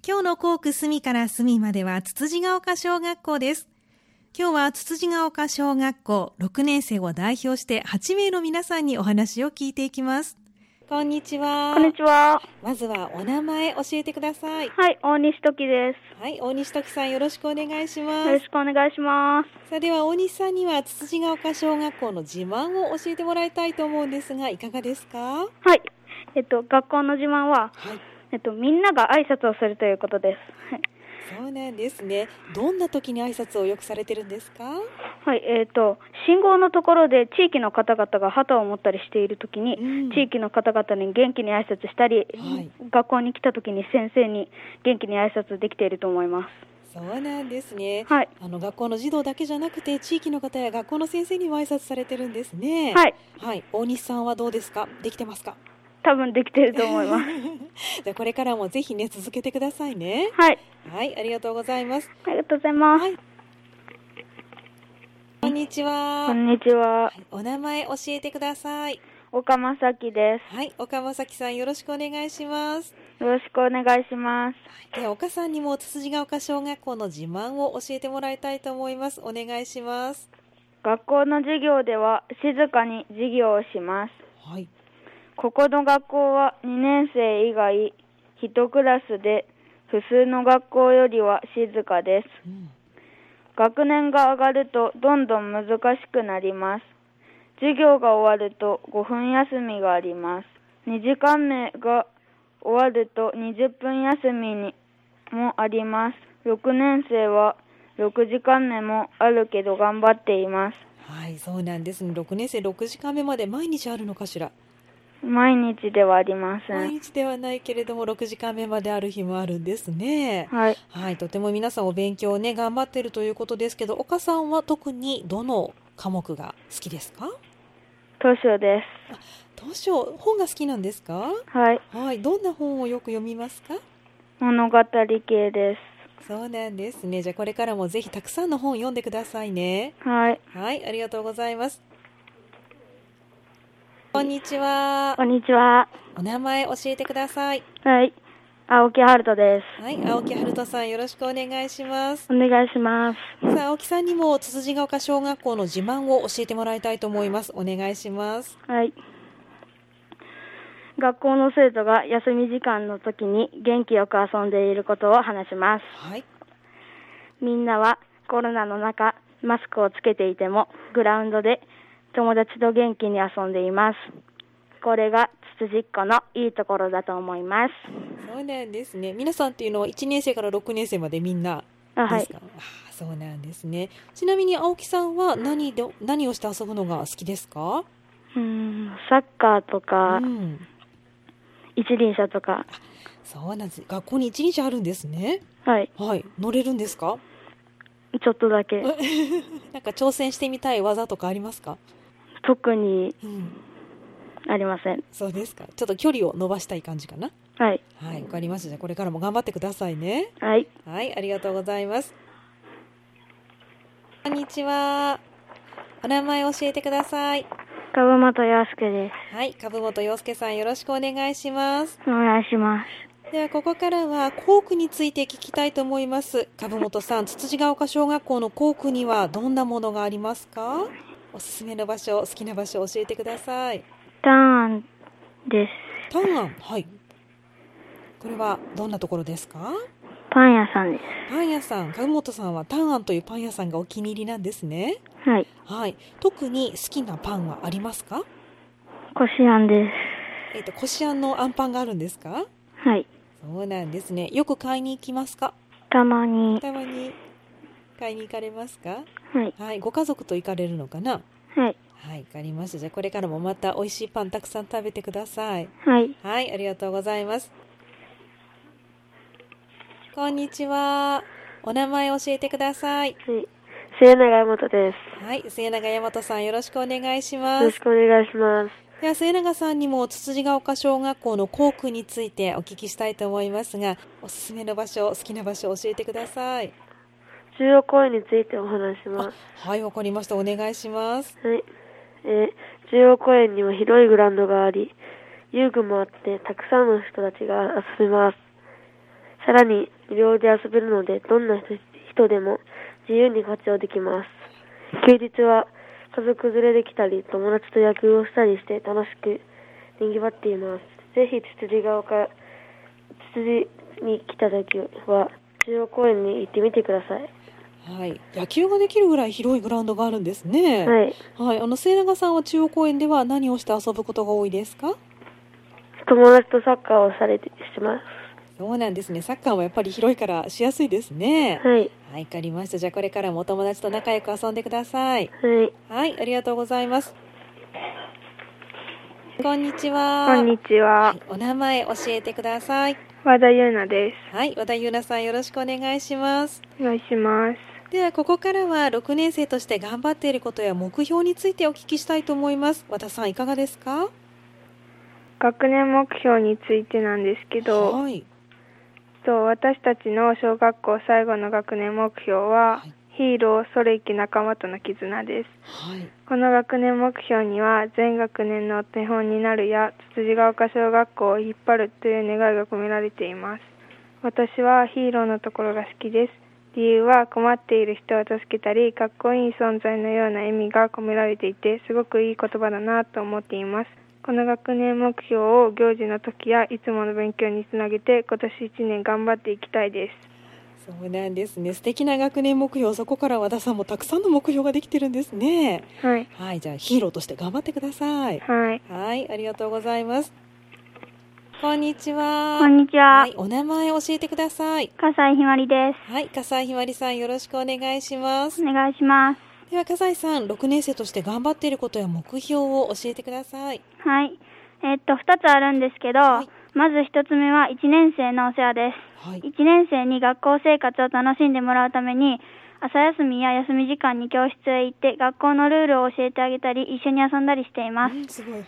今日の校区隅から隅まではつつじが丘小学校です。今日はつつじが丘小学校6年生を代表して8名の皆さんにお話を聞いていきます。こんにちは。 こんにちは。 まずはお名前教えてください。 はい、大西時です。 はい、大西時さんよろしくお願いします。 よろしくお願いします。 さあでは大西さんにはつつじが丘小学校の自慢を教えてもらいたいと思うんですがいかがですか？ はい、学校の自慢は、みんなが挨拶をするということです。はい、 そうなんですね。どんな時に挨拶をよくされてるんですか？ はい、信号のところで地域の方々が旗を持ったりしている時に、地域の方々に元気に挨拶したり、学校に来た時に先生に元気に挨拶できていると思います。 そうなんですね。 はい、 学校の児童だけじゃなくて地域の方や学校の先生にも挨拶されてるんですね。 はい、 はい、大西さんはどうですか？できてますか？ 多分できていると思いますじゃあこれからもぜひね続けてくださいね。 はい、 はい、ありがとうございます。 ありがとうございます。 はい、こんにちは。 こんにちは。 はい、お名前教えてください。 岡正樹です。 はい、岡正樹さんよろしくお願いします。 よろしくお願いします。 では岡さんにもつつじが丘小学校の自慢を教えてもらいたいと思います。お願いします。 学校の授業では静かに授業をします。 はい。 ここの学校は2年生以外1クラスで普通の学校よりは静かです。学年が上がるとどんどん難しくなります。授業が終わると5分休みがあります。2時間目が終わると20分休みにもあります。6年生は6時間目もあるけど頑張っています。 はい、そうなんですね。6年生6時間目まで毎日あるのかしら？ 毎日ではありません。 毎日ではないけれども6時間目まである日もあるんですね。 はい。 はい、とても皆さんお勉強をね頑張っているということですけど、岡さんは特にどの科目が好きですか？ 図書です。 図書、本が好きなんですか？ はい。 はい、どんな本をよく読みますか？ 物語系です。 そうなんですね。じゃあこれからもぜひたくさんの本を読んでくださいね。 はい。 はい、ありがとうございます。こんにちは。 こんにちは。 お名前教えてください。 はい。青木春人です。 はい、青木春人さんよろしくお願いします。 お願いします。 さあ、青木さんにもつつじが丘小学校の自慢を教えてもらいたいと思います。お願いします。 はい。学校の生徒が休み時間の時に元気よく遊んでいることを話します。 はい。 みんなはコロナの中、マスクをつけていてもグラウンドで友達と元気に遊んでいます。これがつつじっこのいいところだと思います。 そうなんですね。皆さんっていうのは1年生から6年生までみんなですか？そうなんですね。ちなみに青木さんは何をして遊ぶのが好きですか？ サッカーとか、一輪車とか。 そうなんです。学校に一輪車あるんですね。 はい。 はい。乗れるんですか？ ちょっとだけ。 なんか挑戦してみたい技とかありますか？ 特にありません。 そうですか。ちょっと距離を伸ばしたい感じかな。 はい。 はい、わかりました。じゃあこれからも頑張ってくださいね。 はい。 はい、ありがとうございます。こんにちは。お名前教えてください。 株本洋介です。 はい、株本洋介さんよろしくお願いします。 お願いします。 ではここからは校区について聞きたいと思います。株本さん、つつじが丘小学校の校区にはどんなものがありますか？おすすめの場所、好きな場所教えてください。 タンです。 タンアン、はい。これはどんなところですか？ パン屋さんです。 パン屋さん、株本さんはタンアンというパン屋さんがお気に入りなんですね。 はい。 はい。特に好きなパンはありますか？ こしあんです。 こしあんのあんパンがあるんですか？ はい。 そうなんですね。よく買いに行きますか？ たまに。 たまに買いに行かれますか？ はい。 はい。ご家族と行かれるのかな？ はい。 はい、わかりました。じゃあこれからもまた美味しいパンたくさん食べてください。 はい。 はい、ありがとうございます。こんにちは。お名前教えてください。 はい。末永大和です。 はい、末永大和さんよろしくお願いします。 よろしくお願いします。 では末永さんにもつつじが丘小学校の校区についてお聞きしたいと思いますが、おすすめの場所、好きな場所を教えてください。 中央公園についてお話します。 はい、わかりました。お願いします。 はい。中央公園には広いグラウンドがあり、遊具もあってたくさんの人たちが遊びます。 さらに無料で遊べるので、どんな人でも自由に活用できます。休日は家族連れで来たり、友達と野球をしたりして楽しく賑わっています。ぜひつつじに来た時は中央公園に行ってみてください。 はい、野球ができるぐらい広いグラウンドがあるんですね。 はい。 はい、末永さんは中央公園では何をして遊ぶことが多いですか？ 友達とサッカーをします。 そうなんですね。サッカーもやっぱり広いからしやすいですね。 はい。 はい、わかりました。じゃあこれからもお友達と仲良く遊んでください。 はい。 はい、ありがとうございます。こんにちは。 こんにちは。 はい、お名前教えてください。 和田優奈です。 はい、和田優奈さんよろしくお願いします。 お願いします。 ではここからは6年生として頑張っていることや目標についてお聞きしたいと思います。和田さんいかがですか？ 学年目標についてなんですけど、 はい、 私たちの小学校最後の学年目標は、ヒーローそれいけ仲間との絆です。 はい、 この学年目標には全学年のお手本になるやつつじが丘小学校を引っ張るという願いが込められています。私はヒーローのところが好きです。理由は困っている人を助けたりかっこいい存在のような意味が込められていて、すごくいい言葉だなと思っています。この学年目標を行事の時やいつもの勉強につなげて今年1年頑張っていきたいです。 そうなんですね。素敵な学年目標、そこから和田さんもたくさんの目標ができてるんですね。 はい。 はい、じゃあヒーローとして頑張ってください。 はい。 はい、ありがとうございます。こんにちは。 こんにちは。 はい、お名前教えてください。 笠井ひまりです。 はい、笠井ひまりさんよろしくお願いします。 お願いします。 では笠井さん、6年生として頑張っていることや目標を教えてください。 はい。2つあるんですけど、 はい、 まず1つ目は1年生のお世話です。はい、1年生に学校生活を楽しんでもらうために、朝休みや休み時間に教室へ行って学校のルールを教えてあげたり、一緒に遊んだりしています。 すごい。はい。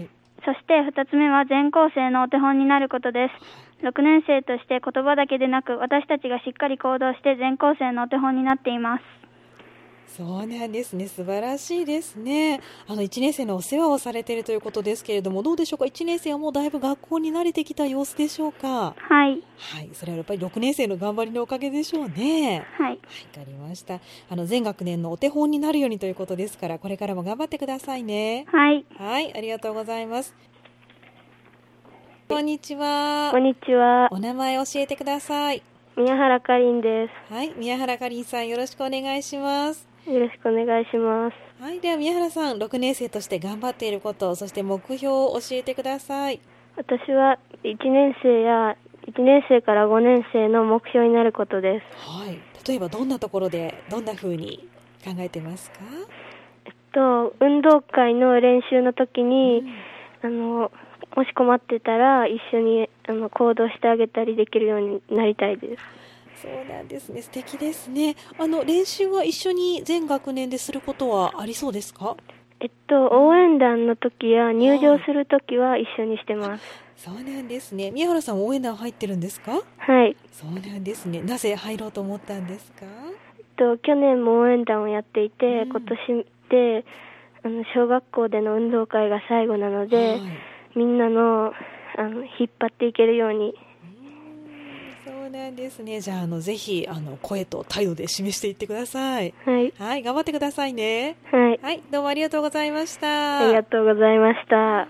そして2つ目は全校生のお手本になることです。6年生として言葉だけでなく、私たちがしっかり行動して全校生のお手本になっています。 そうなんですね。素晴らしいですね。1年生のお世話をされているということですけれども、どうでしょうか。1年生はもうだいぶ学校に慣れてきた様子でしょうか。 はい。 はい。それはやっぱり6年生の頑張りのおかげでしょうね。 はい。 わかりました。全学年のお手本になるようにということですから、これからも頑張ってくださいね。 はい。 はい。ありがとうございます。こんにちは。 こんにちは。 お名前教えてください。 宮原かりんです。 はい。宮原かりんさんよろしくお願いします。 よろしくお願いします。 はい。では宮原さん、6年生として頑張っていること、そして目標を教えてください。 私は1年生から5年生の目標になることです。 はい。例えばどんなところでどんな風に考えてますか？ 運動会の練習の時に、もし困ってたら一緒に行動してあげたりできるようになりたいです。 そうなんですね。素敵ですね。練習は一緒に全学年ですることはありそうですか？ 応援団の時や入場する時は一緒にしてます。 そうなんですね。宮原さん応援団入ってるんですか？ はい。 そうなんですね。なぜ入ろうと思ったんですか？ 去年も応援団をやっていて、今年で小学校での運動会が最後なので、みんなの引っ張っていけるように。 そうなんですね。じゃあぜひ声と態度で示していってください。 はい。 はい、頑張ってくださいね。 はい。 はい、どうもありがとうございました。 ありがとうございました。